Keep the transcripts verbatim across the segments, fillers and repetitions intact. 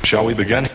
Shall we begin?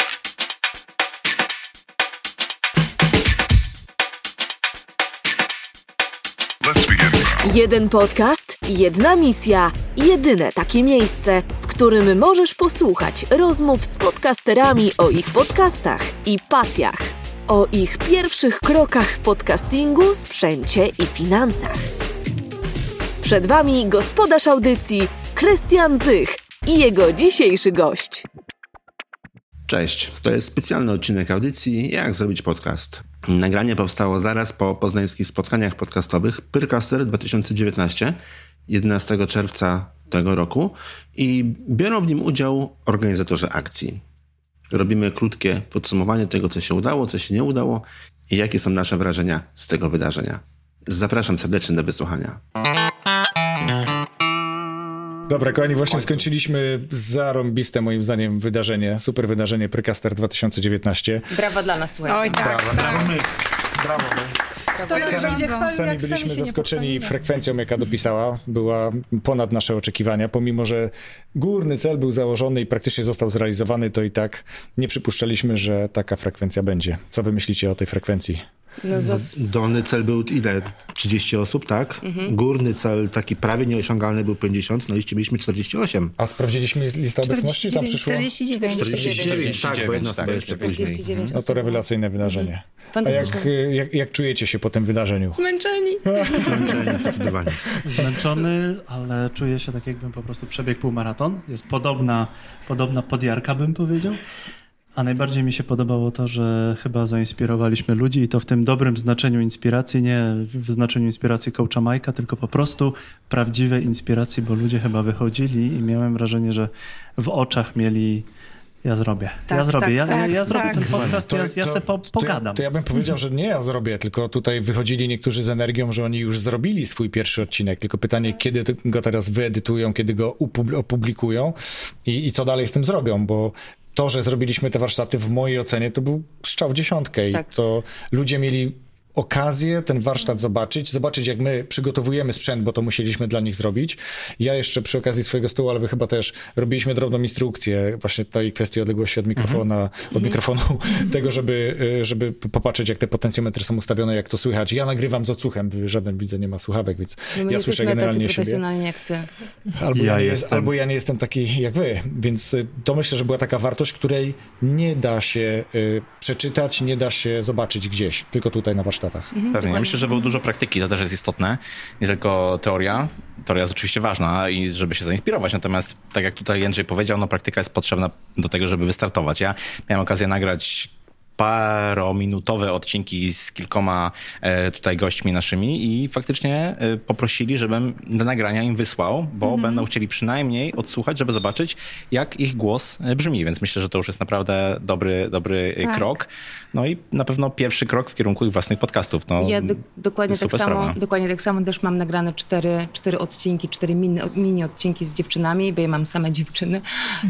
Jeden podcast, jedna misja, jedyne takie miejsce, w którym możesz posłuchać rozmów z podcasterami o ich podcastach i pasjach, o ich pierwszych krokach w podcastingu, sprzęcie i finansach. Przed Wami gospodarz audycji Krystian Zych i jego dzisiejszy gość. Cześć, to jest specjalny odcinek audycji Jak zrobić podcast. Nagranie powstało zaraz po poznańskich spotkaniach podcastowych Pyrcaster dwa tysiące dziewiętnaście, jedenastego czerwca tego roku, i biorą w nim udział organizatorzy akcji. Robimy krótkie podsumowanie tego, co się udało, co się nie udało i jakie są nasze wrażenia z tego wydarzenia. Zapraszam serdecznie do wysłuchania. Dobra, kochani, właśnie skończyliśmy zarąbiste moim zdaniem wydarzenie, super wydarzenie Pyrcaster dwa tysiące dziewiętnaście. Brawa dla nas, słuchajcie. Oj, tak, Brawo, brawo my. Brawo my. To nas będzie chwalił, Sami jak byliśmy sami się zaskoczeni nie pochwalimy. frekwencją, jaka dopisała. Była ponad nasze oczekiwania. Pomimo że górny cel był założony i praktycznie został zrealizowany, to i tak nie przypuszczaliśmy, że taka frekwencja będzie. Co wy myślicie o tej frekwencji? No zas... Dolny cel był ile? trzydzieści osób, tak? Mhm. Górny cel taki prawie nieosiągalny był pięćdziesiąt, no i mieliśmy czterdzieści osiem. A sprawdziliśmy listę obecności? Tam przyszło? czterdzieści dziewięć. czterdzieści dziewięć, tak, bo jedna osoba jeszcze później. czterdzieści dziewięć No to rewelacyjne wydarzenie. A Fantastyczne. jak, jak, jak czujecie się po tym wydarzeniu? Zmęczeni. Zdecydowanie. Zmęczony, ale czuję się tak, jakbym po prostu przebiegł półmaraton. Jest podobna, podobna podjarka, bym powiedział. A najbardziej mi się podobało to, że chyba zainspirowaliśmy ludzi i to w tym dobrym znaczeniu inspiracji, nie w znaczeniu inspiracji coacha Majka, tylko po prostu prawdziwej inspiracji, bo ludzie chyba wychodzili i miałem wrażenie, że w oczach mieli ja zrobię, Tak, ja zrobię, tak, ja, tak, ja, ja zrobię tak. ten podcast, ja, ja se po, pogadam. To ja, to ja bym powiedział, że nie ja zrobię, tylko tutaj wychodzili niektórzy z energią, że oni już zrobili swój pierwszy odcinek, tylko pytanie, kiedy ty- go teraz wyedytują, kiedy go upub- opublikują i, i co dalej z tym zrobią, bo to, że zrobiliśmy te warsztaty, w mojej ocenie to był strzał w dziesiątkę i Tak. to ludzie mieli okazję ten warsztat zobaczyć, zobaczyć jak my przygotowujemy sprzęt, bo to musieliśmy dla nich zrobić. Ja jeszcze przy okazji swojego stołu, ale wy chyba też robiliśmy drobną instrukcję właśnie tej kwestii odległości od mikrofona, od mikrofonu, tego, żeby, żeby popatrzeć jak te potencjometry są ustawione, jak to słychać. Ja nagrywam z odsłuchem, żaden widzę nie ma słuchawek, więc No my ja nie słyszę jesteśmy tacy generalnie siebie. profesjonalni jak ty. Albo Ja ja, nie jest, jestem. albo ja nie jestem taki jak wy, więc y, to myślę, że była taka wartość, której nie da się y, przeczytać, nie da się zobaczyć gdzieś, tylko tutaj na warsztatach. Pewnie. Ja myślę, że było dużo praktyki, to też jest istotne. Nie tylko teoria. Teoria jest oczywiście ważna i żeby się zainspirować, natomiast tak jak tutaj Jędrzej powiedział, no praktyka jest potrzebna do tego, żeby wystartować. Ja miałem okazję nagrać parominutowe odcinki z kilkoma e, tutaj gośćmi naszymi i faktycznie e, poprosili, żebym do nagrania im wysłał, bo Mhm. będą chcieli przynajmniej odsłuchać, żeby zobaczyć, jak ich głos e, brzmi, więc myślę, że to już jest naprawdę dobry, dobry e, Tak. krok. No i na pewno pierwszy krok w kierunku ich własnych podcastów. No, Ja do, dokładnie, tak super samo, sprawa. dokładnie tak samo też mam nagrane cztery, cztery odcinki, cztery mini, mini odcinki z dziewczynami, bo ja mam same dziewczyny.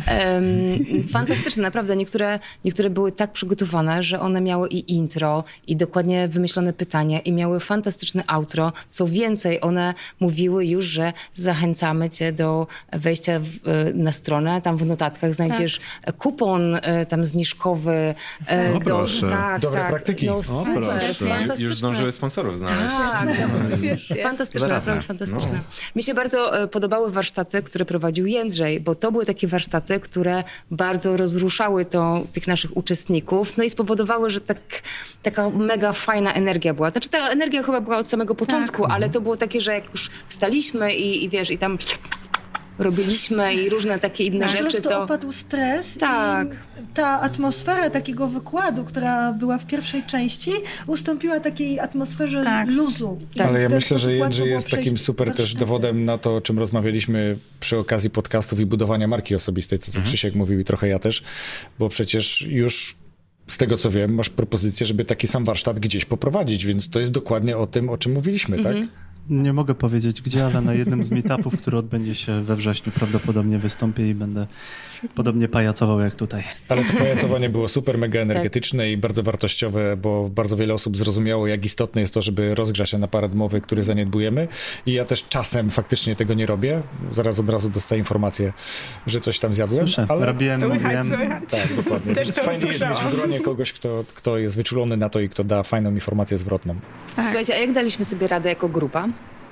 Um, fantastyczne, naprawdę. Niektóre, niektóre były tak przygotowane, że one miały i intro, i dokładnie wymyślone pytania, i miały fantastyczne outro. Co więcej, one mówiły już, że zachęcamy cię do wejścia w, na stronę. Tam w notatkach znajdziesz kupon e, tam zniżkowy. e, O, do, proszę. tak, Dobre tak. praktyki. No O, super, proszę. fantastyczne. Już zdążyły sponsorów znaleźć. Tak, fantastyczne, Zaradne. naprawdę fantastyczne. Mi się bardzo e, podobały warsztaty, które prowadził Jędrzej, bo to były takie warsztaty, które bardzo rozruszały tą, tych naszych uczestników, no i spowodowały, że tak, taka mega fajna energia była. Znaczy ta energia chyba była od samego początku, ale to było takie, że jak już wstaliśmy i, i wiesz, i tam robiliśmy i różne takie inne Po rzeczy, prostu to... opadł stres Tak. i ta atmosfera takiego wykładu, która była w pierwszej części, ustąpiła takiej atmosferze Tak. luzu. Tak. Ale ja W ten myślę, że sposób łatwo Jędrzej było jest takim przejść super też warsztaty. dowodem na to, o czym rozmawialiśmy przy okazji podcastów i budowania marki osobistej, co, co Krzysiek mówił i trochę ja też, bo przecież już z tego co wiem, masz propozycję, żeby taki sam warsztat gdzieś poprowadzić, więc to jest dokładnie o tym, o czym mówiliśmy, tak? Nie mogę powiedzieć gdzie, ale na jednym z meetupów, który odbędzie się we wrześniu, prawdopodobnie wystąpię i będę podobnie pajacował jak tutaj. Ale to pajacowanie było super, mega energetyczne tak. i bardzo wartościowe, bo bardzo wiele osób zrozumiało, jak istotne jest to, żeby rozgrzać ten aparat mowy, który zaniedbujemy. I ja też czasem faktycznie tego nie robię. Zaraz od razu dostaję informację, że coś tam zjadłem. Słyszę, ale... robiłem, mówiłem. Tak, dokładnie. Więc fajnie jest mieć w gronie kogoś, kto, kto jest wyczulony na to i kto da fajną informację zwrotną. Tak. Słuchajcie, a jak daliśmy sobie radę jako grupa?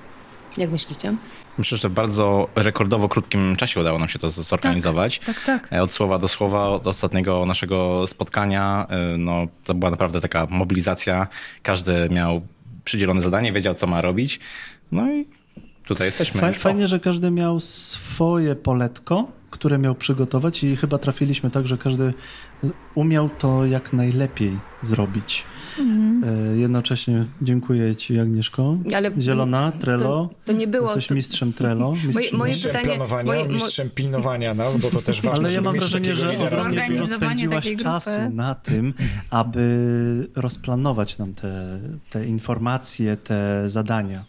Jak myślicie? Myślę, że w bardzo rekordowo krótkim czasie udało nam się to zorganizować. Tak, tak, tak. Od słowa do słowa, od ostatniego naszego spotkania, no to była naprawdę taka mobilizacja. Każdy miał przydzielone zadanie, wiedział, co ma robić. No i tutaj jesteśmy. Fajnie, fajnie że każdy miał swoje poletko, które miał przygotować i chyba trafiliśmy tak, że każdy umiał to jak najlepiej zrobić. Mhm. Jednocześnie dziękuję ci, Agnieszko. Ale Zielona, Trello. To, to nie było. Jesteś to... mistrzem Trello. Moje, moje mistrzem pytanie, planowania, moje, mistrzem pilnowania nas, bo to też ważne. Ale ja mam wrażenie, że ogromnie dużo spędziłaś czasu na tym, aby rozplanować nam te, te informacje, te zadania.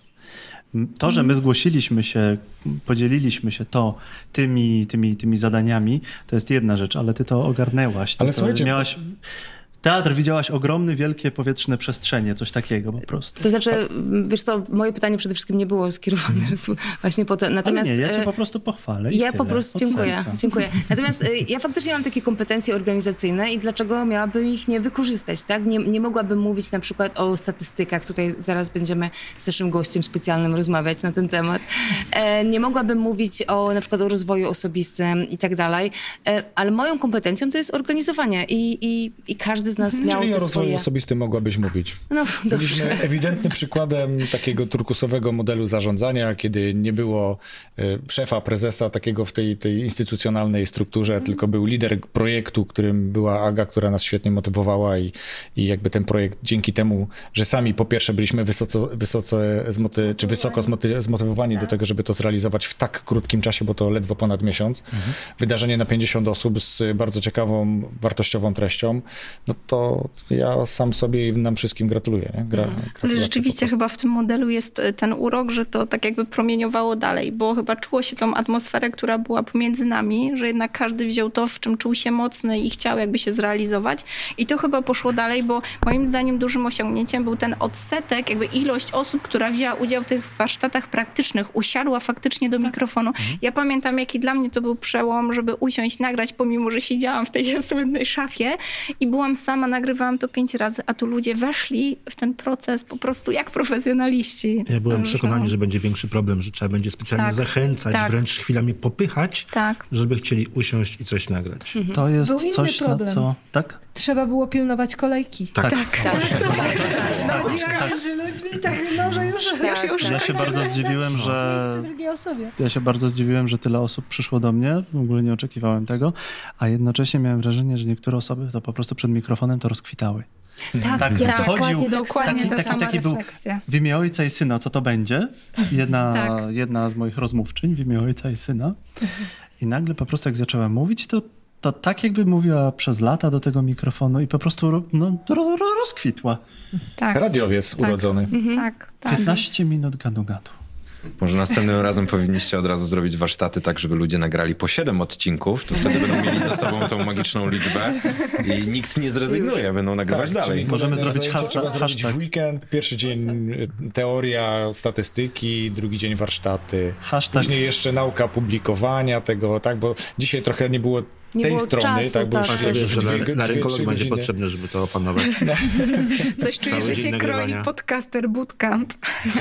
To, że my zgłosiliśmy się, podzieliliśmy się to tymi, tymi, tymi zadaniami, to jest jedna rzecz, ale ty to ogarnęłaś. Ty ale to słuchajcie, miałaś... Teatr widziałaś ogromne, wielkie, powietrzne przestrzenie, coś takiego po prostu. To znaczy, wiesz co, moje pytanie przede wszystkim nie było skierowane tu właśnie po to. Natomiast, ale nie, ja cię po prostu pochwalę. Ja tyle, po prostu dziękuję, dziękuję. Natomiast ja faktycznie mam takie kompetencje organizacyjne i dlaczego miałabym ich nie wykorzystać, tak? Nie, nie mogłabym mówić na przykład o statystykach. Tutaj zaraz będziemy z naszym gościem specjalnym rozmawiać na ten temat. E, nie mogłabym mówić o na przykład o rozwoju osobistym i tak dalej, e, ale moją kompetencją to jest organizowanie i, i, i każdy z nas hmm, miał czyli te o rozwoju swoje... osobistym mogłabyś mówić. No, Byliśmy dobrze. ewidentnym przykładem takiego turkusowego modelu zarządzania, kiedy nie było y, szefa, prezesa takiego w tej, tej instytucjonalnej strukturze, mm. tylko był lider projektu, którym była Aga, która nas świetnie motywowała i, i jakby ten projekt dzięki temu, że sami po pierwsze byliśmy wysoce, wysoce zmoty, czy wysoko zmoty, zmotywowani do tego, żeby to zrealizować w tak krótkim czasie, bo to ledwo ponad miesiąc. Mm. Wydarzenie na pięćdziesiąt osób z bardzo ciekawą, wartościową treścią, no to ja sam sobie i nam wszystkim gratuluję. Nie? Gra, Ale rzeczywiście chyba w tym modelu jest ten urok, że to tak jakby promieniowało dalej, bo chyba czuło się tą atmosferę, która była pomiędzy nami, że jednak każdy wziął to, w czym czuł się mocny i chciał jakby się zrealizować i to chyba poszło dalej, bo moim zdaniem dużym osiągnięciem był ten odsetek, jakby ilość osób, która wzięła udział w tych warsztatach praktycznych, usiadła faktycznie do tak. mikrofonu. Ja pamiętam, jaki dla mnie to był przełom, żeby usiąść, nagrać, pomimo, że siedziałam w tej słynnej szafie i byłam sama, nagrywałam to pięć razy, a tu ludzie weszli w ten proces po prostu jak profesjonaliści. Ja byłem przekonany, że będzie większy problem, że trzeba będzie specjalnie tak, zachęcać, tak. wręcz chwilami popychać, tak. żeby chcieli usiąść i coś nagrać. Mhm. To jest Był coś, na co... Tak? Trzeba było pilnować kolejki. Tak. tak. tak. No, tak. między ludźmi, tak, no, że już, tak, już, już Ja się bardzo zdziwiłem, że... Ja się bardzo zdziwiłem, że tyle osób przyszło do mnie. W ogóle nie oczekiwałem tego. A jednocześnie miałem wrażenie, że niektóre osoby to po prostu przed mikrofonem to rozkwitały. Tak, tak ja schodził, dokładnie taki, taki, taki był w imię Ojca i Syna, co to będzie? Jedna, tak. jedna z moich rozmówczyń w imię Ojca i Syna. I nagle po prostu jak zaczęła mówić, to, to tak jakby mówiła przez lata do tego mikrofonu i po prostu no, ro, ro, rozkwitła. Tak. Radiowiec tak. urodzony. Mhm. Tak, tak. piętnaście minut gadu-gadu. Może następnym razem powinniście od razu zrobić warsztaty tak, żeby ludzie nagrali po siedem odcinków, to wtedy będą mieli za sobą tą magiczną liczbę i nikt nie zrezygnuje, będą nagrywać tak, dalej. Możemy zrobić hashtag. zrobić w weekend, pierwszy dzień teoria, statystyki, drugi dzień warsztaty, hashtag. Później jeszcze nauka publikowania tego, tak, bo dzisiaj trochę nie było Nie tej było strony, czasu, tak, bo tak, już wiesz, że dwie, na rynkolog dwie, będzie godziny. potrzebne, żeby to opanować. Coś czuję, że się kroi podcaster bootcamp.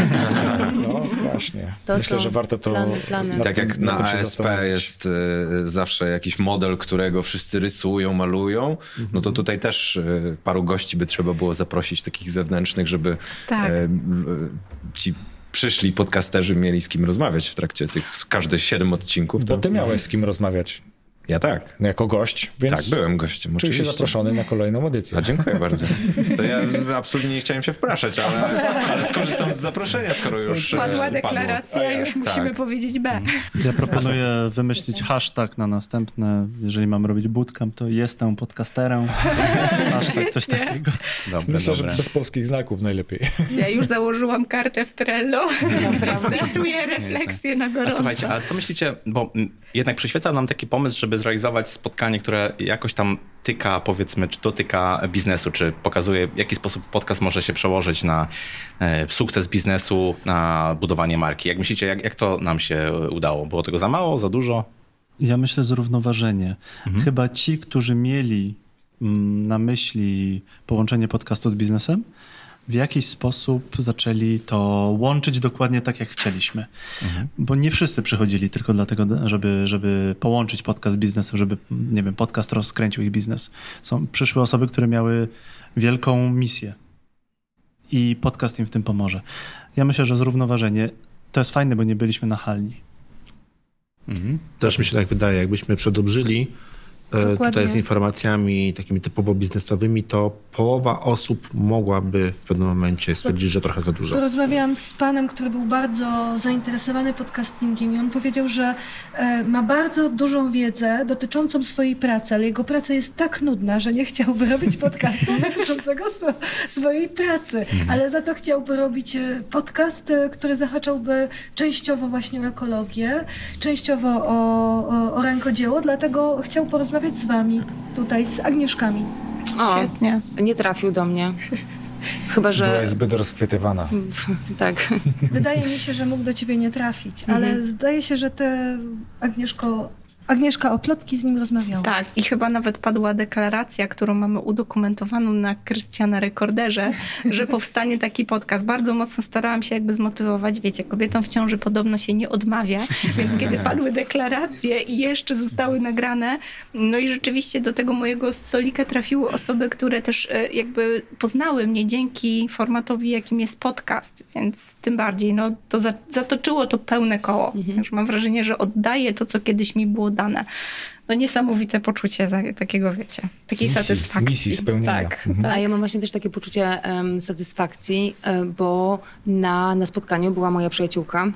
No właśnie. To Myślę, że warto to... Plany, plany. Tak jak na A S P jest y, zawsze jakiś model, którego wszyscy rysują, malują, mhm. no to tutaj też y, paru gości by trzeba było zaprosić takich zewnętrznych, żeby tak. y, y, ci przyszli podcasterzy mieli z kim rozmawiać w trakcie tych każde siedem odcinków. Bo to... ty miałeś z kim rozmawiać. Ja tak. Jako gość, więc tak, byłem gościem. Czuję się zaproszony na kolejną edycję. A dziękuję bardzo. To ja absolutnie nie chciałem się wpraszać, ale, ale skorzystam z zaproszenia, skoro już padła e, deklaracja, padło. Już musimy tak. powiedzieć B. Ja proponuję wymyślić hashtag na następne, jeżeli mam robić bootcamp, to jestem podcasterem. Hashtag, coś takiego. Dobre, Myślę, dobre. że bez polskich znaków najlepiej. Ja już założyłam kartę w Trello, gdzie zapisuję refleksję na gorąco. A słuchajcie, a co myślicie, bo jednak przyświecał nam taki pomysł, żeby zrealizować spotkanie, które jakoś tam tyka, powiedzmy, czy dotyka biznesu, czy pokazuje, w jaki sposób podcast może się przełożyć na e, sukces biznesu, na budowanie marki. Jak myślicie, jak, jak to nam się udało? Było tego za mało, za dużo? Ja myślę zrównoważenie. Mhm. Chyba ci, którzy mieli mm, na myśli połączenie podcastu z biznesem, w jakiś sposób zaczęli to łączyć dokładnie tak, jak chcieliśmy. Mhm. Bo nie wszyscy przychodzili tylko dlatego, żeby, żeby połączyć podcast z biznesem, żeby, nie wiem, podcast rozkręcił ich biznes. Są, przyszły osoby, które miały wielką misję i podcast im w tym pomoże. Ja myślę, że zrównoważenie to jest fajne, bo nie byliśmy nachalni. Mhm. Też mi się tak wydaje, jakbyśmy przedobrzyli Dokładnie. Tutaj z informacjami takimi typowo biznesowymi, to połowa osób mogłaby w pewnym momencie stwierdzić, że trochę za dużo. To rozmawiałam z panem, który był bardzo zainteresowany podcastingiem i on powiedział, że e, ma bardzo dużą wiedzę dotyczącą swojej pracy, ale jego praca jest tak nudna, że nie chciałby robić podcastu dotyczącego sw- swojej pracy, mhm. ale za to chciałby robić podcast, który zahaczał,by częściowo właśnie o ekologię, częściowo o, o, o rękodzieło, dlatego chciał porozmawiać z wami, tutaj z Agnieszkami. Świetnie. O, nie trafił do mnie. Chyba, że... Była zbyt rozchwytywana. Tak. Wydaje mi się, że mógł do ciebie nie trafić, ale mhm. zdaje się, że ty, Agnieszko, Agnieszka o plotki z nim rozmawiała. Tak, i chyba nawet padła deklaracja, którą mamy udokumentowaną na Krystiana Rekorderze, że powstanie taki podcast. Bardzo mocno starałam się jakby zmotywować. Wiecie, kobietom w ciąży podobno się nie odmawia, więc kiedy padły deklaracje i jeszcze zostały nagrane, no i rzeczywiście do tego mojego stolika trafiły osoby, które też jakby poznały mnie dzięki formatowi, jakim jest podcast, więc tym bardziej, no to zatoczyło to pełne koło. Mhm. Mam wrażenie, że oddaję to, co kiedyś mi było dane. No niesamowite poczucie takiego, wiecie, takiej misji, satysfakcji. Misji spełnienia. Tak, mhm. tak. A ja mam właśnie też takie poczucie um, satysfakcji, bo na, na spotkaniu była moja przyjaciółka,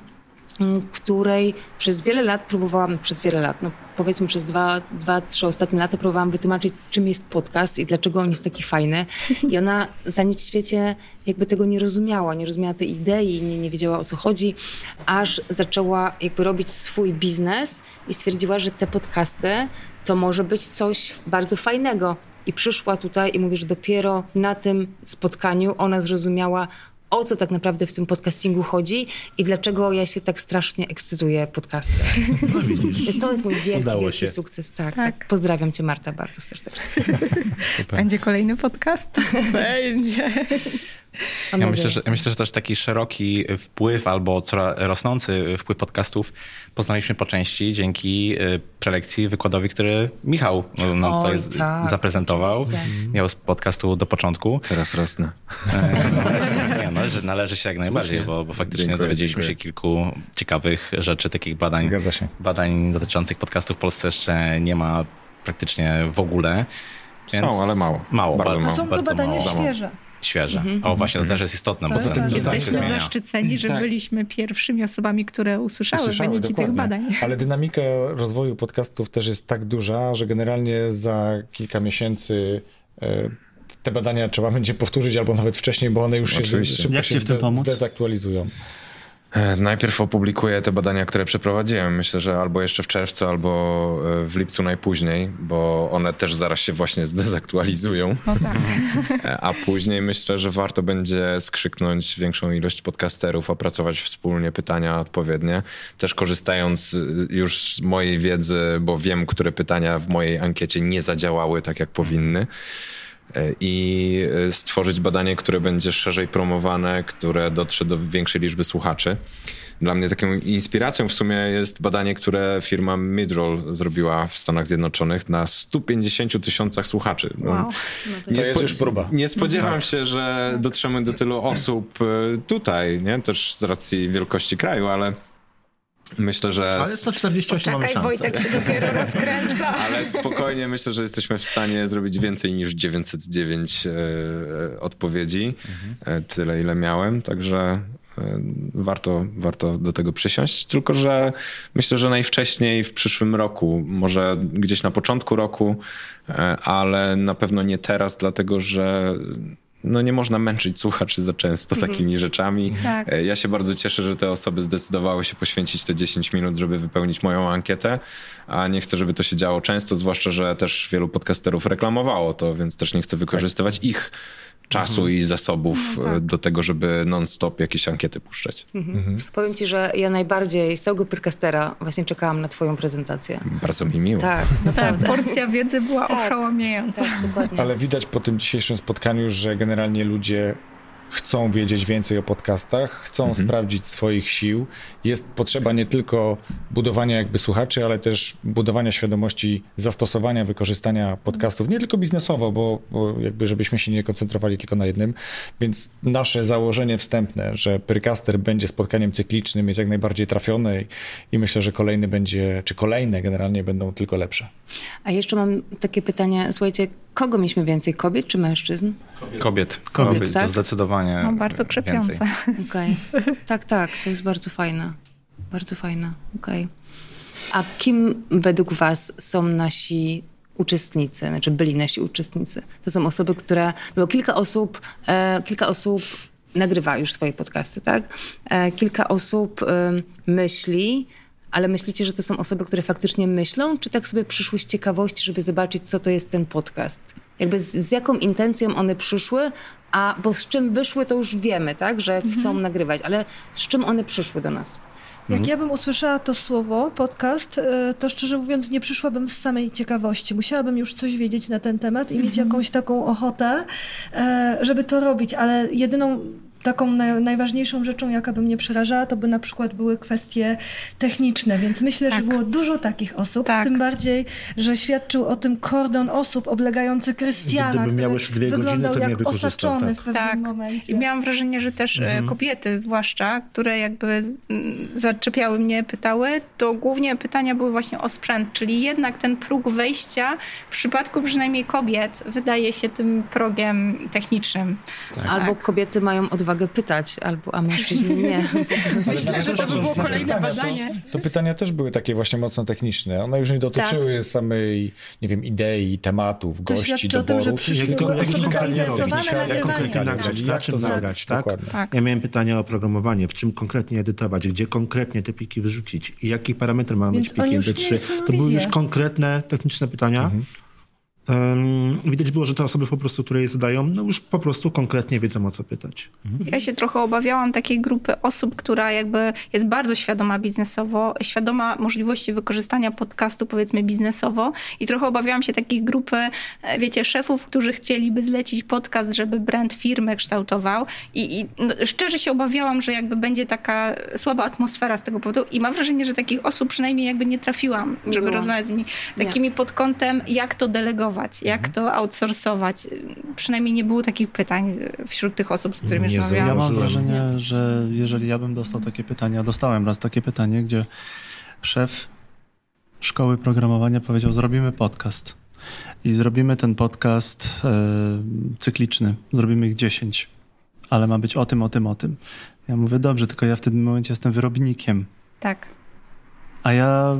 której przez wiele lat próbowałam, przez wiele lat, no powiedzmy przez dwa, dwa, trzy ostatnie lata próbowałam wytłumaczyć, czym jest podcast i dlaczego on jest taki fajny. I ona za nic w świecie jakby tego nie rozumiała, nie rozumiała tej idei, nie, nie wiedziała, o co chodzi, aż zaczęła jakby robić swój biznes i stwierdziła, że te podcasty to może być coś bardzo fajnego. I przyszła tutaj i mówi, że dopiero na tym spotkaniu ona zrozumiała, o co tak naprawdę w tym podcastingu chodzi i dlaczego ja się tak strasznie ekscytuję podcastem. Więc to jest mój wielki, wielki się. sukces. Tak, tak. tak. Pozdrawiam cię, Marta, bardzo serdecznie. Super. Będzie kolejny podcast? Będzie. Ja myślę, że, ja myślę, że też taki szeroki wpływ albo coraz rosnący wpływ podcastów poznaliśmy po części dzięki prelekcji, wykładowi, który Michał no, Oj, tutaj tak, zaprezentował. Oczywiście. Miał z podcastu do początku. Teraz rosnę. No, nie, należy, należy się jak najbardziej, bo, bo faktycznie dziękuję, dowiedzieliśmy dziękuję. się kilku ciekawych rzeczy, takich badań, badań dotyczących podcastów w Polsce jeszcze nie ma praktycznie w ogóle. Więc są, ale mało. Mało, bardzo mało. A są to bardzo badania mało. świeże. Świeże. Mhm. O, właśnie, to też jest istotne. To bo jest to, tak. Jesteśmy tak zaszczyceni, że tak. byliśmy pierwszymi osobami, które usłyszały, usłyszały wyniki dokładnie. tych badań. Ale dynamika rozwoju podcastów też jest tak duża, że generalnie za kilka miesięcy e, te badania trzeba będzie powtórzyć, albo nawet wcześniej, bo one już Oczywiście. się szybko Jak się zde- zdezaktualizują. Najpierw opublikuję te badania, które przeprowadziłem. Myślę, że albo jeszcze w czerwcu, albo w lipcu najpóźniej, bo one też zaraz się właśnie zdezaktualizują. No tak. A później myślę, że warto będzie skrzyknąć większą ilość podcasterów, opracować wspólnie pytania odpowiednie. Też korzystając już z mojej wiedzy, bo wiem, które pytania w mojej ankiecie nie zadziałały tak, jak powinny. I stworzyć badanie, które będzie szerzej promowane, które dotrze do większej liczby słuchaczy. Dla mnie taką inspiracją w sumie jest badanie, które firma Midroll zrobiła w Stanach Zjednoczonych na stu pięćdziesięciu tysiącach słuchaczy. Wow. No to nie, jest spo... już próba. nie spodziewam tak. się, że dotrzemy do tylu osób tutaj, nie? Też z racji wielkości kraju, ale Myślę, że... Ale sto czterdzieści osiem mamy szansę. Wojtek się dopiero rozkręca. Ale spokojnie myślę, że jesteśmy w stanie zrobić więcej niż dziewięćset dziewięć e, odpowiedzi. Mhm. E, tyle, ile miałem, także e, warto, warto do tego przysiąść. Tylko że myślę, że najwcześniej w przyszłym roku, może gdzieś na początku roku, e, ale na pewno nie teraz, dlatego że no nie można męczyć słuchaczy za często mm-hmm. takimi rzeczami. Tak. Ja się bardzo cieszę, że te osoby zdecydowały się poświęcić te dziesięć minut, żeby wypełnić moją ankietę, a nie chcę, żeby to się działo często, zwłaszcza, że też wielu podcasterów reklamowało to, więc też nie chcę wykorzystywać tak. ich czasu mhm. i zasobów no tak. do tego, żeby non-stop jakieś ankiety puszczać. Mhm. Mhm. Powiem ci, że ja najbardziej z całego Pyrcastera właśnie czekałam na twoją prezentację. Bardzo mi miło. Tak, naprawdę. Tak, porcja wiedzy była tak, oszałamiająca. Tak, dokładnie. Ale widać po tym dzisiejszym spotkaniu, że generalnie ludzie chcą wiedzieć więcej o podcastach, chcą mhm. sprawdzić swoich sił. Jest potrzeba nie tylko budowania jakby słuchaczy, ale też budowania świadomości zastosowania, wykorzystania podcastów, nie tylko biznesowo, bo, bo jakby żebyśmy się nie koncentrowali tylko na jednym. Więc nasze założenie wstępne, że Pyrcaster będzie spotkaniem cyklicznym, jest jak najbardziej trafione i, i myślę, że kolejny będzie, czy kolejne generalnie będą tylko lepsze. A jeszcze mam takie pytanie, słuchajcie, kogo mieliśmy więcej, kobiet czy mężczyzn? Kobiet. Kobiet, Kobiet, Kobiet tak? to zdecydowanie no, bardzo krzepiące. Okej. Okay. Tak, tak, to jest bardzo fajne. Bardzo fajne, okej. Okay. A kim według was są nasi uczestnicy, znaczy byli nasi uczestnicy? To są osoby, które, było kilka osób, e, kilka osób nagrywa już swoje podcasty, tak? E, kilka osób e, myśli, ale myślicie, że to są osoby, które faktycznie myślą, czy tak sobie przyszły z ciekawości, żeby zobaczyć, co to jest ten podcast? Jakby z, z jaką intencją one przyszły, a bo z czym wyszły, to już wiemy, tak, że mhm. chcą nagrywać, ale z czym one przyszły do nas? Jak mhm. ja bym usłyszała to słowo, podcast, to szczerze mówiąc nie przyszłabym z samej ciekawości. Musiałabym już coś wiedzieć na ten temat i mhm. mieć jakąś taką ochotę, żeby to robić, ale jedyną taką naj, najważniejszą rzeczą, jaka by mnie przerażała, to by na przykład były kwestie techniczne, więc myślę, tak. że było dużo takich osób, tak. tym bardziej, że świadczył o tym kordon osób oblegający Krystiana, który wyglądał godziny, jak osaczony tak. w pewnym tak. momencie. I miałam wrażenie, że też mhm. kobiety zwłaszcza, które jakby zaczepiały mnie, pytały, to głównie pytania były właśnie o sprzęt, czyli jednak ten próg wejścia w przypadku przynajmniej kobiet wydaje się tym progiem technicznym. Tak. Albo kobiety mają odwagę pytać, albo, a mężczyźni nie. Myślę, że to by było kolejne badanie. To, to pytania też były takie właśnie mocno techniczne. One już nie dotyczyły tak. samej, nie wiem, idei, tematów, to gości, doboru. To świadczy o tym, że przyszły osoby zainteresowane Jak konkretnie nagrać, na czym nagrać, tak? tak? Ja miałem pytanie o oprogramowanie, w czym konkretnie edytować, gdzie konkretnie te pliki wyrzucić i jaki parametr ma mieć pliki M P trzy. To były już konkretne techniczne pytania. Mhm. Um, widać było, że te osoby po prostu, które je zadają, no już po prostu konkretnie wiedzą, o co pytać. Mhm. Ja się trochę obawiałam takiej grupy osób, która jakby jest bardzo świadoma biznesowo, świadoma możliwości wykorzystania podcastu, powiedzmy biznesowo i trochę obawiałam się takiej grupy, wiecie, szefów, którzy chcieliby zlecić podcast, żeby brand firmy kształtował i, i no, szczerze się obawiałam, że jakby będzie taka słaba atmosfera z tego powodu i mam wrażenie, że takich osób przynajmniej jakby nie trafiłam, żeby nie rozmawiać z nimi takimi nie. pod kątem, jak to delegować. Jak to outsourcować? Przynajmniej nie było takich pytań wśród tych osób, z którymi nie rozmawiałam. Ja mam wrażenie, że jeżeli ja bym dostał takie pytania, dostałem raz takie pytanie, gdzie szef szkoły programowania powiedział, zrobimy podcast. I zrobimy ten podcast e, cykliczny. Zrobimy ich dziesięć. Ale ma być o tym, o tym, o tym. Ja mówię, dobrze, tylko ja w tym momencie jestem wyrobnikiem. Tak. A ja...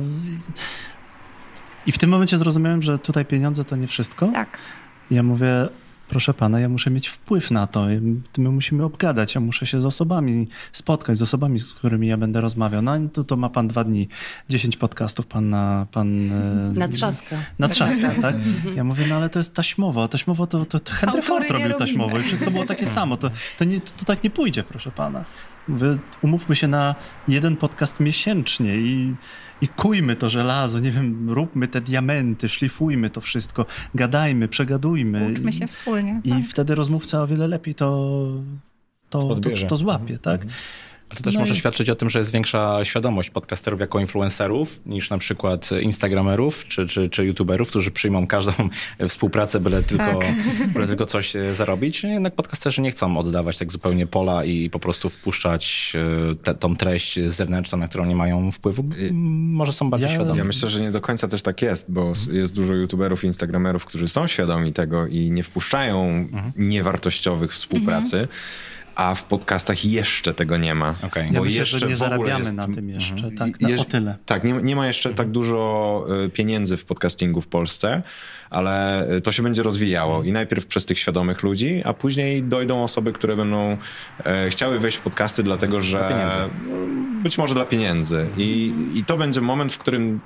I w tym momencie zrozumiałem, że tutaj pieniądze to nie wszystko. Tak. Ja mówię, proszę pana, ja muszę mieć wpływ na to. My musimy obgadać, ja muszę się z osobami spotkać, z osobami, z którymi ja będę rozmawiał. No to, to ma pan dwa dni, dziesięć podcastów pan na... Pan, na trzaska. Na trzaska, tak? Ja mówię, no ale to jest taśmowo. Taśmowo to, to, to Henry Ford robił taśmowo i wszystko było takie samo. To, to, nie, to, to tak nie pójdzie, proszę pana. Mówię, umówmy się na jeden podcast miesięcznie i I kujmy to żelazo, nie wiem, róbmy te diamenty, szlifujmy to wszystko, gadajmy, przegadujmy. Uczmy się wspólnie. I tak. wtedy rozmówca o wiele lepiej to, to, to, to złapie, tak? To też no może i... świadczyć o tym, że jest większa świadomość podcasterów jako influencerów niż na przykład instagramerów czy, czy, czy youtuberów, którzy przyjmą każdą współpracę, byle tylko, tak. byle tylko coś zarobić. Jednak podcasterzy nie chcą oddawać tak zupełnie pola i po prostu wpuszczać te, tą treść zewnętrzną, na którą nie mają wpływu. Może są bardziej ja, świadomi. Ja myślę, że nie do końca też tak jest, bo jest dużo youtuberów i instagramerów, którzy są świadomi tego i nie wpuszczają mhm. niewartościowych współpracy. Mhm. A w podcastach jeszcze tego nie ma. Okay. Bo ja myślę, jeszcze że nie zarabiamy jest... na tym jeszcze. Mhm. Tak, na, o tyle. Tak, nie, nie ma jeszcze tak dużo pieniędzy w podcastingu w Polsce, ale to się będzie rozwijało i najpierw przez tych świadomych ludzi, a później dojdą osoby, które będą e, chciały wejść w podcasty dlatego, że być może dla pieniędzy. I, i to będzie moment, w którym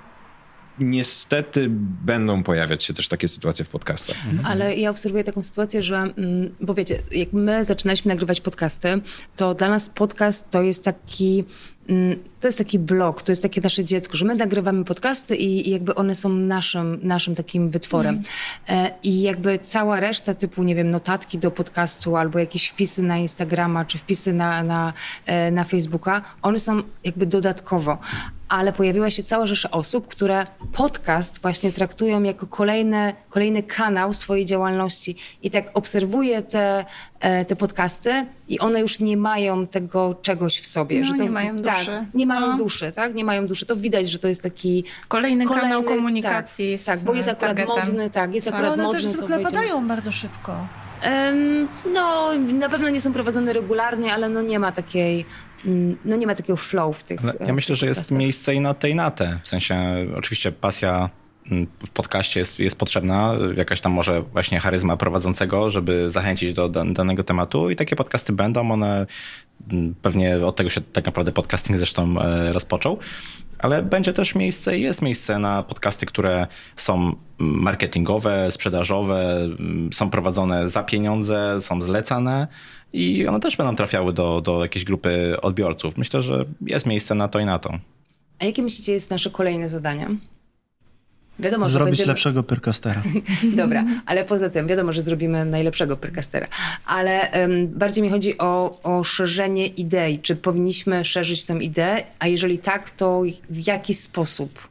niestety będą pojawiać się też takie sytuacje w podcastach. Ale ja obserwuję taką sytuację, że, bo wiecie, jak my zaczynaliśmy nagrywać podcasty, to dla nas podcast to jest taki, to jest taki blog, to jest takie nasze dziecko, że my nagrywamy podcasty i, i jakby one są naszym, naszym takim wytworem. Mm. I jakby cała reszta typu, nie wiem, notatki do podcastu albo jakieś wpisy na Instagrama czy wpisy na, na, na Facebooka, one są jakby dodatkowo. Ale pojawiła się cała rzesza osób, które podcast właśnie traktują jako kolejne, kolejny kanał swojej działalności. I tak obserwuję te, te podcasty i one już nie mają tego czegoś w sobie. No, że to, nie mają tak, duszy. Nie mają no. duszy, tak? Nie mają duszy. To widać, że to jest taki kolejny, kolejny kanał komunikacji. Tak, tak, bo jest akurat targetem. modny, tak, jest akurat Ale one modny. też zwykle padają bardzo szybko. Um, no, na pewno nie są prowadzone regularnie, ale no nie ma takiej... No nie ma takiego flow w tych... Ale ja myślę, że jest miejsce i na te i na te. W sensie oczywiście pasja w podcaście jest, jest potrzebna, jakaś tam może właśnie charyzma prowadzącego, żeby zachęcić do danego tematu i takie podcasty będą, one pewnie od tego się tak naprawdę podcasting zresztą rozpoczął. Ale będzie też miejsce i jest miejsce na podcasty, które są marketingowe, sprzedażowe, są prowadzone za pieniądze, są zlecane i one też będą trafiały do, do jakiejś grupy odbiorców. Myślę, że jest miejsce na to i na to. A jakie myślicie jest nasze kolejne zadanie? Wiadomo, Zrobić że będziemy... lepszego pyrkastera. Dobra, ale poza tym wiadomo, że zrobimy najlepszego pyrkastera. Ale um, bardziej mi chodzi o, o szerzenie idei. Czy powinniśmy szerzyć tę ideę? A jeżeli tak, to w jaki sposób?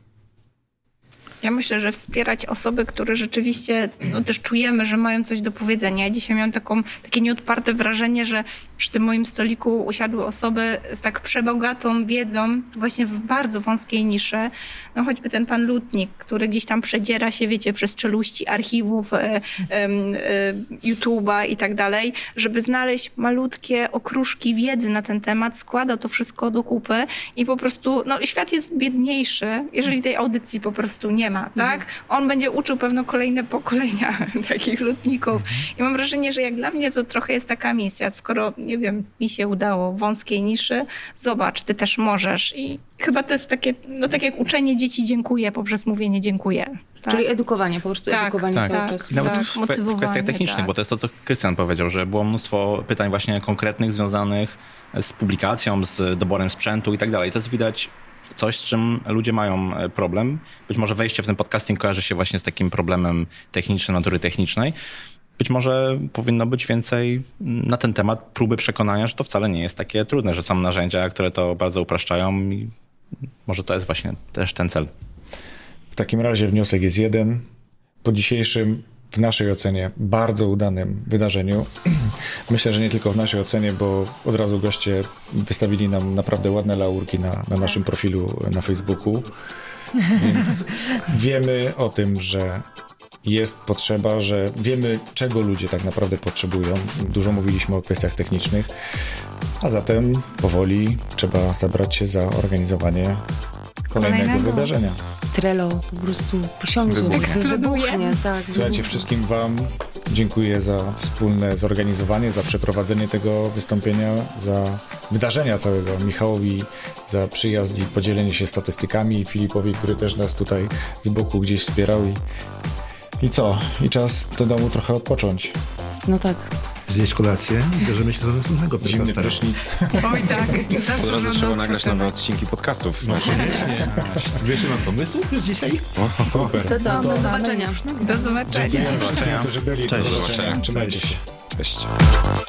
Ja myślę, że wspierać osoby, które rzeczywiście no, też czujemy, że mają coś do powiedzenia. Ja dzisiaj miałam taką, takie nieodparte wrażenie, że przy tym moim stoliku usiadły osoby z tak przebogatą wiedzą właśnie w bardzo wąskiej niszy. No choćby ten pan Lutnik, który gdzieś tam przedziera się, wiecie, przez czeluści archiwów, e, e, e, YouTube'a i tak dalej, żeby znaleźć malutkie okruszki wiedzy na ten temat, składa to wszystko do kupy i po prostu, no świat jest biedniejszy, jeżeli tej audycji po prostu nie ma, tak? On będzie uczył pewno kolejne pokolenia takich lutników. I mam wrażenie, że jak dla mnie to trochę jest taka misja. Skoro, nie wiem, mi się udało w wąskiej niszy, zobacz, ty też możesz. I chyba to jest takie, no tak jak uczenie dzieci dziękuję poprzez mówienie dziękuję. Tak? Czyli edukowanie, po prostu tak, edukowanie tak, cały czas. Nawet tak, w, w kwestiach technicznych, tak. Bo to jest to, co Krystian powiedział, że było mnóstwo pytań właśnie konkretnych, związanych z publikacją, z doborem sprzętu i tak dalej. To jest widać coś, z czym ludzie mają problem. Być może wejście w ten podcasting kojarzy się właśnie z takim problemem technicznym, natury technicznej. Być może powinno być więcej na ten temat próby przekonania, że to wcale nie jest takie trudne, że są narzędzia, które to bardzo upraszczają i może to jest właśnie też ten cel. W takim razie wniosek jest jeden. Po dzisiejszym, w naszej ocenie, bardzo udanym wydarzeniu, myślę, że nie tylko w naszej ocenie, bo od razu goście wystawili nam naprawdę ładne laurki na, na naszym profilu na Facebooku, więc wiemy o tym, że jest potrzeba, że wiemy, czego ludzie tak naprawdę potrzebują. Dużo mówiliśmy o kwestiach technicznych, a zatem powoli trzeba zabrać się za organizowanie kolejnego, kolejnego. wydarzenia. Trello po prostu posiądzie, wybuchnie. Tak, Słuchajcie, wszystkim wam dziękuję za wspólne zorganizowanie, za przeprowadzenie tego wystąpienia, za wydarzenia całego. Michałowi za przyjazd i podzielenie się statystykami, Filipowi, który też nas tutaj z boku gdzieś wspierał. I, i co? I czas do domu trochę odpocząć. No tak. Zjeść kolację i bierzemy się za następnego podcasta. Zimny prysznic. Oj tak. Od razu trzeba nagrać nowe odcinki podcastów. No koniecznie. Wiesz, mam pomysł już dzisiaj? O, super. To co? Do zobaczenia. Do zobaczenia. Dziękuję wszystkim, którzy byli. Cześć. Do zobaczenia. Trzymajcie się. Cześć.